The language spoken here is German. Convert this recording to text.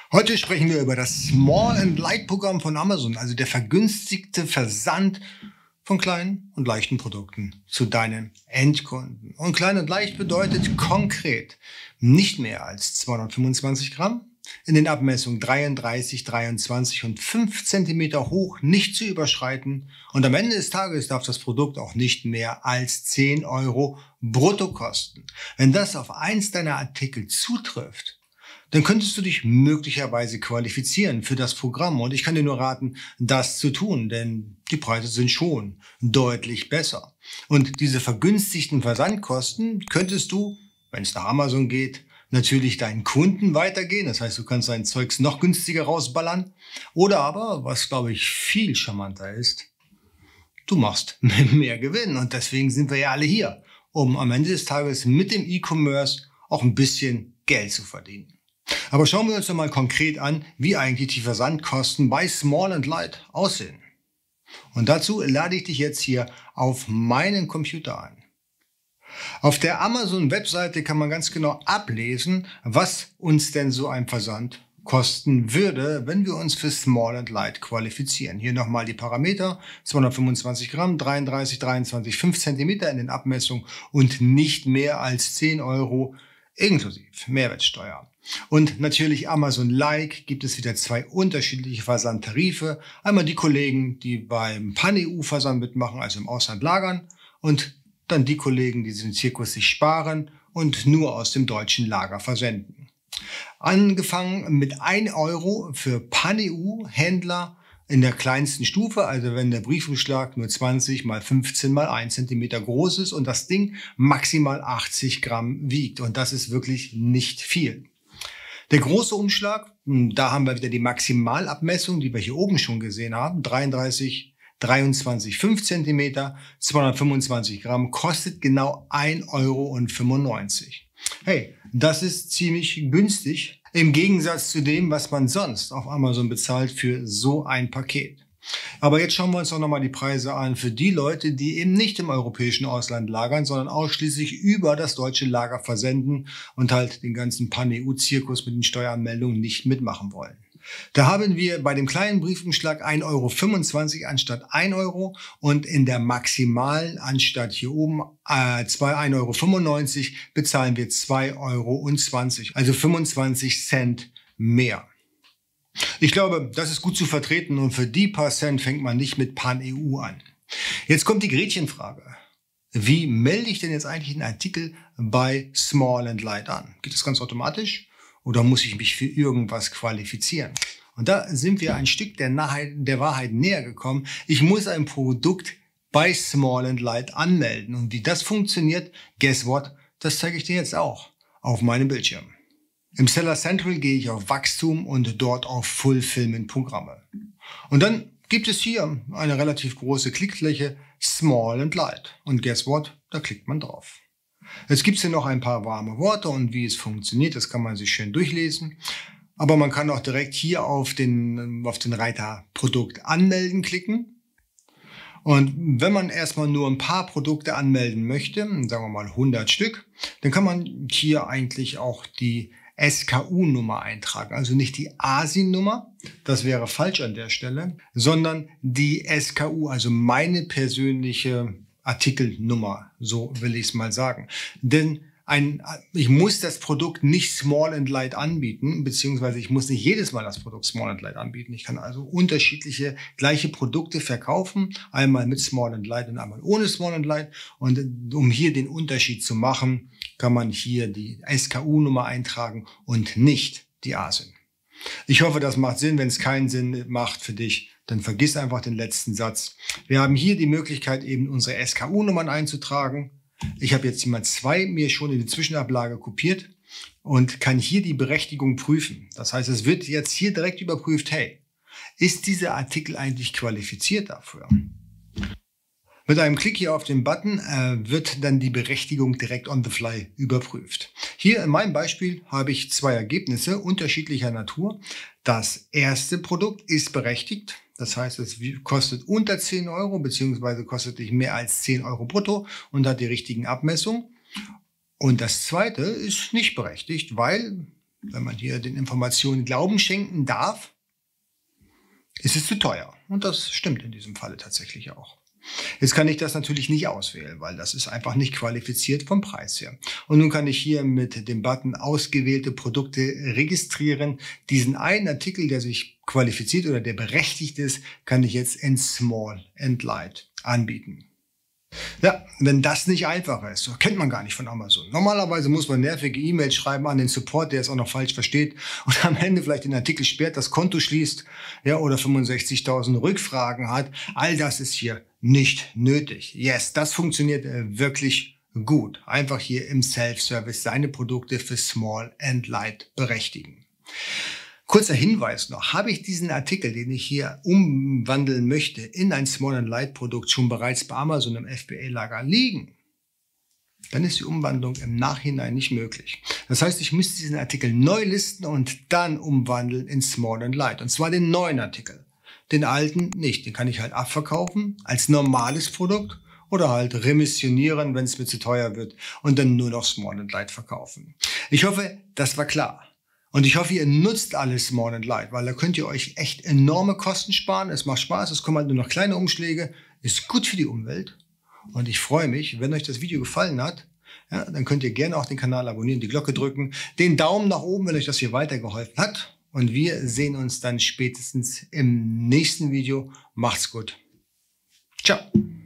Heute sprechen wir über das Small and Light Programm von Amazon, also der vergünstigte Versand von kleinen und leichten Produkten zu deinen Endkunden. Und klein und leicht bedeutet konkret nicht mehr als 225 Gramm, in den Abmessungen 33, 23 und 5 Zentimeter hoch nicht zu überschreiten. Und am Ende des Tages darf das Produkt auch nicht mehr als 10 Euro brutto kosten. Wenn das auf eins deiner Artikel zutrifft, dann könntest du dich möglicherweise qualifizieren für das Programm. Und ich kann dir nur raten, das zu tun, denn die Preise sind schon deutlich besser. Und diese vergünstigten Versandkosten könntest du, wenn es nach Amazon geht, natürlich deinen Kunden weitergehen. Das heißt, du kannst dein Zeugs noch günstiger rausballern. Oder aber, was glaube ich viel charmanter ist, du machst mehr Gewinn. Und deswegen sind wir ja alle hier, um am Ende des Tages mit dem E-Commerce auch ein bisschen Geld zu verdienen. Aber schauen wir uns doch mal konkret an, wie eigentlich die Versandkosten bei Small and Light aussehen. Und dazu lade ich dich jetzt hier auf meinen Computer ein. Auf der Amazon-Webseite kann man ganz genau ablesen, was uns denn so ein Versand kosten würde, wenn wir uns für Small and Light qualifizieren. Hier nochmal die Parameter: 225 Gramm, 33, 23, 5 Zentimeter in den Abmessungen und nicht mehr als 10 Euro inklusive Mehrwertsteuer. Und natürlich Amazon Like gibt es wieder zwei unterschiedliche Versandtarife. Einmal die Kollegen, die beim Pan-EU-Versand mitmachen, also im Ausland lagern, und dann die Kollegen, die den Zirkus sich sparen und nur aus dem deutschen Lager versenden. Angefangen mit 1 Euro für Pan-EU-Händler in der kleinsten Stufe, also wenn der Briefumschlag nur 20 mal 15 mal 1 Zentimeter groß ist und das Ding maximal 80 Gramm wiegt. Und das ist wirklich nicht viel. Der große Umschlag, da haben wir wieder die Maximalabmessung, die wir hier oben schon gesehen haben. 33, 23, 5 Zentimeter, 225 Gramm, kostet genau 1,95 Euro. Hey, das ist ziemlich günstig im Gegensatz zu dem, was man sonst auf Amazon bezahlt für so ein Paket. Aber jetzt schauen wir uns auch nochmal die Preise an für die Leute, die eben nicht im europäischen Ausland lagern, sondern ausschließlich über das deutsche Lager versenden und halt den ganzen Pan-EU-Zirkus mit den Steueranmeldungen nicht mitmachen wollen. Da haben wir bei dem kleinen Briefumschlag 1,25 Euro anstatt 1 Euro und in der maximalen anstatt hier oben 1,95 Euro bezahlen wir 2,20 Euro, also 25 Cent mehr. Ich glaube, das ist gut zu vertreten und für die paar Cent fängt man nicht mit Pan-EU an. Jetzt kommt die Gretchenfrage. Wie melde ich denn jetzt eigentlich einen Artikel bei Small and Light an? Geht das ganz automatisch oder muss ich mich für irgendwas qualifizieren? Und da sind wir ein Stück der Wahrheit näher gekommen. Ich muss ein Produkt bei Small and Light anmelden. Und wie das funktioniert, guess what? Das zeige ich dir jetzt auch auf meinem Bildschirm. Im Seller Central gehe ich auf Wachstum und dort auf Fulfillment-Programme. Und dann gibt es hier eine relativ große Klickfläche Small and Light. Und guess what? Da klickt man drauf. Jetzt gibt es hier noch ein paar warme Worte und wie es funktioniert, das kann man sich schön durchlesen. Aber man kann auch direkt hier auf den Reiter Produkt anmelden klicken. Und wenn man erstmal nur ein paar Produkte anmelden möchte, sagen wir mal 100 Stück, dann kann man hier eigentlich auch die SKU-Nummer eintragen. Also nicht die ASIN-Nummer, das wäre falsch an der Stelle, sondern die SKU, also meine persönliche Artikelnummer, so will ich es mal sagen. Denn ich muss das Produkt nicht Small and Light anbieten, beziehungsweise ich muss nicht jedes Mal das Produkt Small and Light anbieten. Ich kann also unterschiedliche gleiche Produkte verkaufen, einmal mit Small and Light und einmal ohne Small and Light. Und um hier den Unterschied zu machen, kann man hier die SKU-Nummer eintragen und nicht die ASIN. Ich hoffe, das macht Sinn. Wenn es keinen Sinn macht für dich, dann vergiss einfach den letzten Satz. Wir haben hier die Möglichkeit, eben unsere SKU-Nummern einzutragen. Ich habe jetzt mal 2 mir schon in die Zwischenablage kopiert und kann hier die Berechtigung prüfen. Das heißt, es wird jetzt hier direkt überprüft, hey, ist dieser Artikel eigentlich qualifiziert dafür? Mit einem Klick hier auf den Button wird dann die Berechtigung direkt on the fly überprüft. Hier in meinem Beispiel habe ich 2 Ergebnisse unterschiedlicher Natur. Das erste Produkt ist berechtigt. Das heißt, es kostet unter 10 Euro beziehungsweise kostet nicht mehr als 10 Euro brutto und hat die richtigen Abmessungen. Und das zweite ist nicht berechtigt, weil wenn man hier den Informationen Glauben schenken darf, ist es zu teuer. Und das stimmt in diesem Falle tatsächlich auch. Jetzt kann ich das natürlich nicht auswählen, weil das ist einfach nicht qualifiziert vom Preis her. Und nun kann ich hier mit dem Button ausgewählte Produkte registrieren. Diesen einen Artikel, der sich qualifiziert oder der berechtigt ist, kann ich jetzt in Small and Light anbieten. Ja, wenn das nicht einfacher ist, so kennt man gar nicht von Amazon. Normalerweise muss man nervige E-Mails schreiben an den Support, der es auch noch falsch versteht und am Ende vielleicht den Artikel sperrt, das Konto schließt, ja, oder 65.000 Rückfragen hat. All das ist hier nicht nötig. Yes, das funktioniert wirklich gut. Einfach hier im Self-Service seine Produkte für Small and Light berechtigen. Kurzer Hinweis noch, habe ich diesen Artikel, den ich hier umwandeln möchte, in ein Small and Light Produkt schon bereits bei Amazon im FBA-Lager liegen, dann ist die Umwandlung im Nachhinein nicht möglich. Das heißt, ich müsste diesen Artikel neu listen und dann umwandeln in Small and Light. Und zwar den neuen Artikel. Den alten nicht. Den kann ich halt abverkaufen als normales Produkt oder halt remissionieren, wenn es mir zu teuer wird und dann nur noch Small and Light verkaufen. Ich hoffe, das war klar. Und ich hoffe, ihr nutzt alles Small and Light, weil da könnt ihr euch echt enorme Kosten sparen. Es macht Spaß, es kommen halt nur noch kleine Umschläge, ist gut für die Umwelt. Und ich freue mich, wenn euch das Video gefallen hat, ja, dann könnt ihr gerne auch den Kanal abonnieren, die Glocke drücken, den Daumen nach oben, wenn euch das hier weitergeholfen hat. Und wir sehen uns dann spätestens im nächsten Video. Macht's gut. Ciao.